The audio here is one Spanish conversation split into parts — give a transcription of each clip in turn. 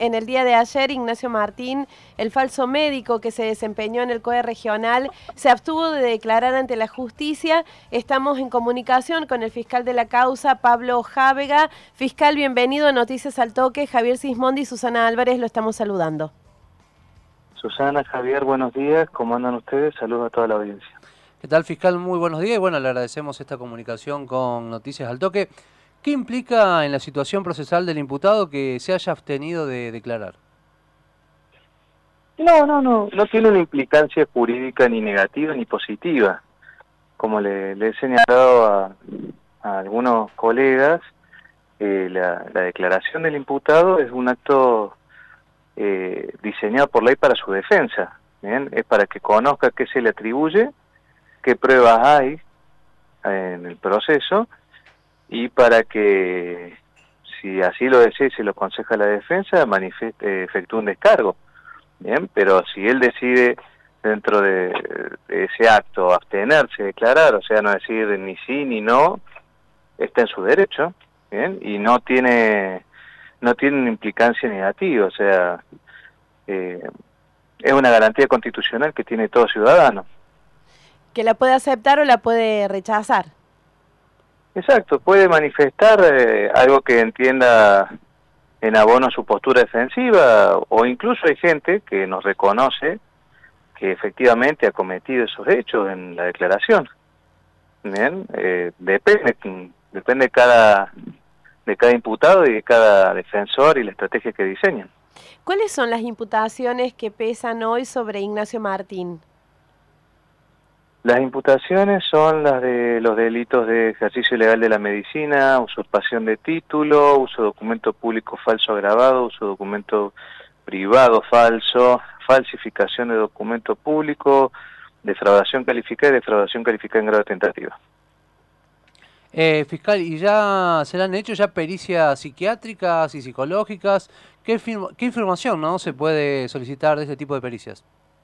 en el día de ayer, Ignacio Martín, el falso médico que se desempeñó en el COE regional, se abstuvo de declarar ante la justicia. Estamos en comunicación con el fiscal de la causa, Pablo Jávega. Fiscal, bienvenido a Noticias al Toque. Javier Sismondi y Susana Álvarez lo estamos saludando. Susana, Javier, buenos días. ¿Cómo andan ustedes? Saludos a toda la audiencia. ¿Qué tal, fiscal? Muy buenos días. Y bueno, le agradecemos esta comunicación con Noticias al Toque. ¿Qué implica en la situación procesal del imputado que se haya abstenido de declarar? No tiene una implicancia jurídica ni negativa ni positiva. Como le he señalado a algunos colegas, la declaración del imputado es un acto diseñado por ley para su defensa. ¿Bien? Es para que conozca qué se le atribuye, qué pruebas hay en el proceso, y para que, si así lo desea y se lo aconseja la defensa, efectúe un descargo. Bien, pero si él decide dentro de ese acto abstenerse de declarar, o sea, no decir ni sí ni no, está en su derecho, bien, y no tiene una implicancia negativa, o sea, es una garantía constitucional que tiene todo ciudadano. Que la puede aceptar o la puede rechazar. Exacto, puede manifestar algo que entienda en abono a su postura defensiva, o incluso hay gente que nos reconoce que efectivamente ha cometido esos hechos en la declaración. Bien, depende de cada imputado y de cada defensor y la estrategia que diseñan. ¿Cuáles son las imputaciones que pesan hoy sobre Ignacio Martín? Las imputaciones son las de los delitos de ejercicio ilegal de la medicina, usurpación de título, uso de documento público falso agravado, uso de documento privado falso, falsificación de documento público, defraudación calificada y defraudación calificada en grado de tentativa. Fiscal, ¿y ya se le han hecho ya pericias psiquiátricas y psicológicas? ¿Qué información no se puede solicitar de este tipo de pericias?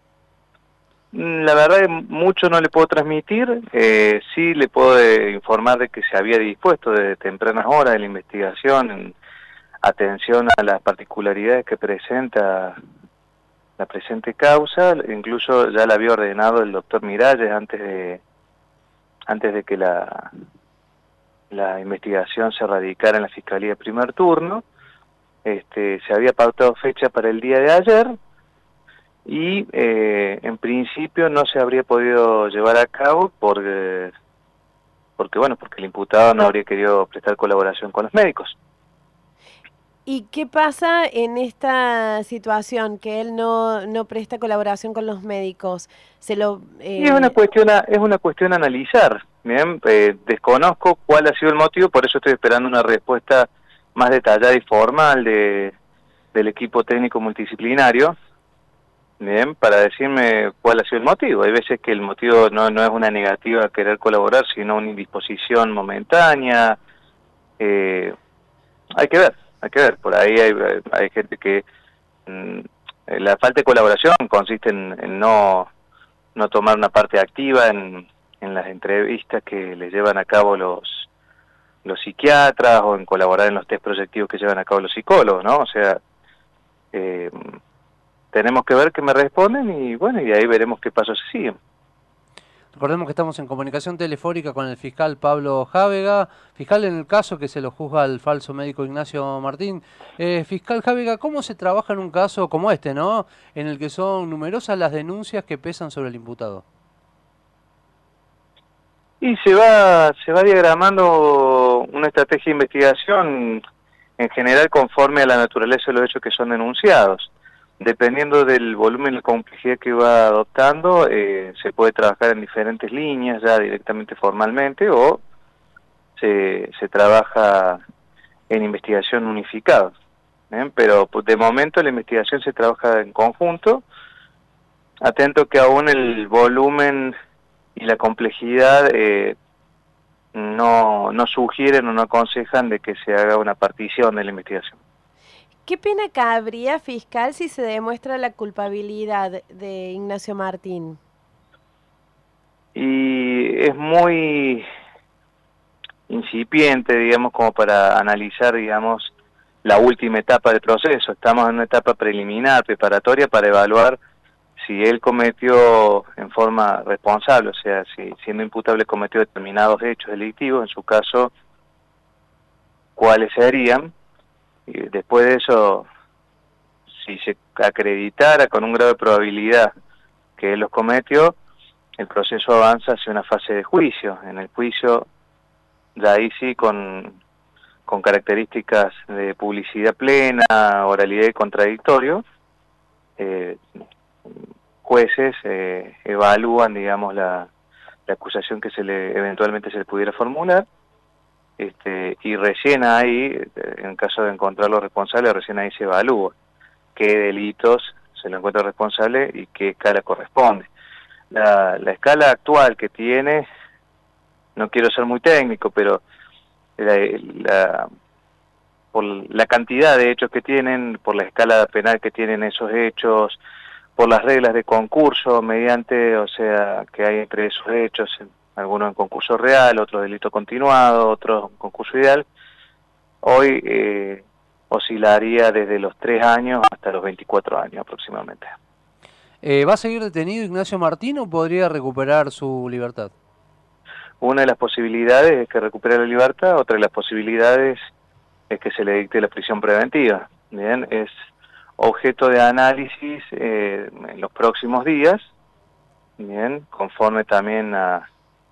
La verdad que mucho no le puedo transmitir, sí le puedo informar de que se había dispuesto desde tempranas horas de la investigación en atención a las particularidades que presenta la presente causa. Incluso ya la había ordenado el doctor Miralles antes de que la investigación se radicara en la Fiscalía de Primer Turno. Se había pautado fecha para el día de ayer, y en principio no se habría podido llevar a cabo porque el imputado no habría querido prestar colaboración con los médicos. ¿Y qué pasa en esta situación que él no presta colaboración con los médicos? Y es una cuestión a analizar. Bien, desconozco cuál ha sido el motivo, por eso estoy esperando una respuesta más detallada y formal del equipo técnico multidisciplinario. Bien, para decirme cuál ha sido el motivo. Hay veces que el motivo no es una negativa a querer colaborar, sino una indisposición momentánea. Hay que ver. Por ahí hay gente que la falta de colaboración consiste en no tomar una parte activa en las entrevistas que le llevan a cabo los psiquiatras, o en colaborar en los test proyectivos que llevan a cabo los psicólogos, ¿no? O sea, tenemos que ver qué me responden y bueno, y ahí veremos qué pasos se siguen. Recordemos que estamos en comunicación telefónica con el fiscal Pablo Jávega. Fiscal, en el caso que se lo juzga al falso médico Ignacio Martín. Fiscal Jávega, ¿cómo se trabaja en un caso como este, no? En el que son numerosas las denuncias que pesan sobre el imputado. Y se va diagramando una estrategia de investigación en general conforme a la naturaleza de los hechos que son denunciados. Dependiendo del volumen y la complejidad que va adoptando, se puede trabajar en diferentes líneas, ya directamente formalmente, o se trabaja en investigación unificada. Pero pues, de momento la investigación se trabaja en conjunto, atento que aún el volumen y la complejidad no sugieren o no aconsejan de que se haga una partición de la investigación. ¿Qué pena cabría, fiscal, si se demuestra la culpabilidad de Ignacio Martín? Y es muy incipiente, digamos, como para analizar, digamos, la última etapa del proceso. Estamos en una etapa preliminar, preparatoria, para evaluar si él cometió en forma responsable, o sea, si siendo imputable cometió determinados hechos delictivos, en su caso, cuáles serían, y después de eso, si se acreditara con un grado de probabilidad que él los cometió, el proceso avanza hacia una fase de juicio. En el juicio, ya ahí sí, con características de publicidad plena, oralidad y contradictorio, jueces evalúan, digamos, la acusación que eventualmente se le pudiera formular, y recién ahí, en caso de encontrarlo responsable, recién ahí se evalúa qué delitos se lo encuentra responsable y qué escala corresponde. La escala actual que tiene, no quiero ser muy técnico, pero por la cantidad de hechos que tienen, por la escala penal que tienen esos hechos, por las reglas de concurso mediante, o sea, que hay entre esos hechos, algunos en concurso real, otros delito continuado, otros en concurso ideal, hoy oscilaría desde los 3 años hasta los 24 años aproximadamente. ¿Va a seguir detenido Ignacio Martín o podría recuperar su libertad? Una de las posibilidades es que recupere la libertad, otra de las posibilidades es que se le dicte la prisión preventiva. Bien, es objeto de análisis en los próximos días, bien, conforme también a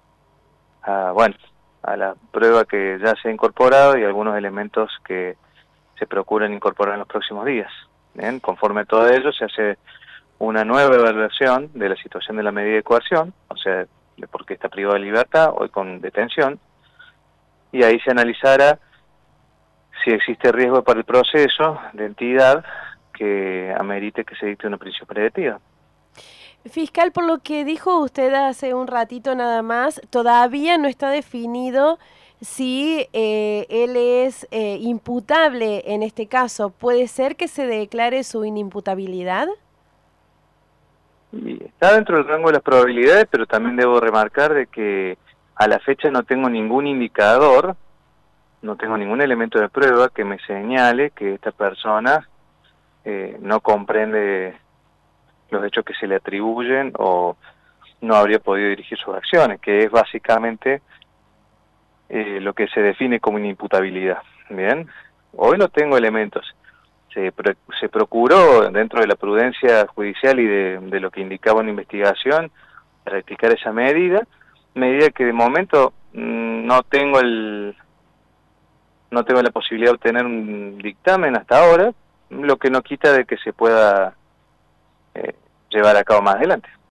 la prueba que ya se ha incorporado y algunos elementos que se procuran incorporar en los próximos días. Bien, conforme a todo ello se hace una nueva evaluación de la situación de la medida de coerción, o sea, de por qué está privado de libertad, hoy con detención, y ahí se analizará si existe riesgo para el proceso de entidad que amerite que se dicte una prisión preventiva. Fiscal, por lo que dijo usted hace un ratito nada más, todavía no está definido si él es imputable en este caso. ¿Puede ser que se declare su inimputabilidad? Y está dentro del rango de las probabilidades, pero también debo remarcar de que a la fecha no tengo ningún indicador, no tengo ningún elemento de prueba que me señale que esta persona no comprende los hechos que se le atribuyen o no habría podido dirigir sus acciones, que es básicamente lo que se define como inimputabilidad. Bien, hoy no tengo elementos. Se procuró, dentro de la prudencia judicial y de lo que indicaba una investigación, rectificar esa medida que de momento no tengo la posibilidad de obtener un dictamen hasta ahora, lo que no quita de que se pueda llevar a cabo más adelante.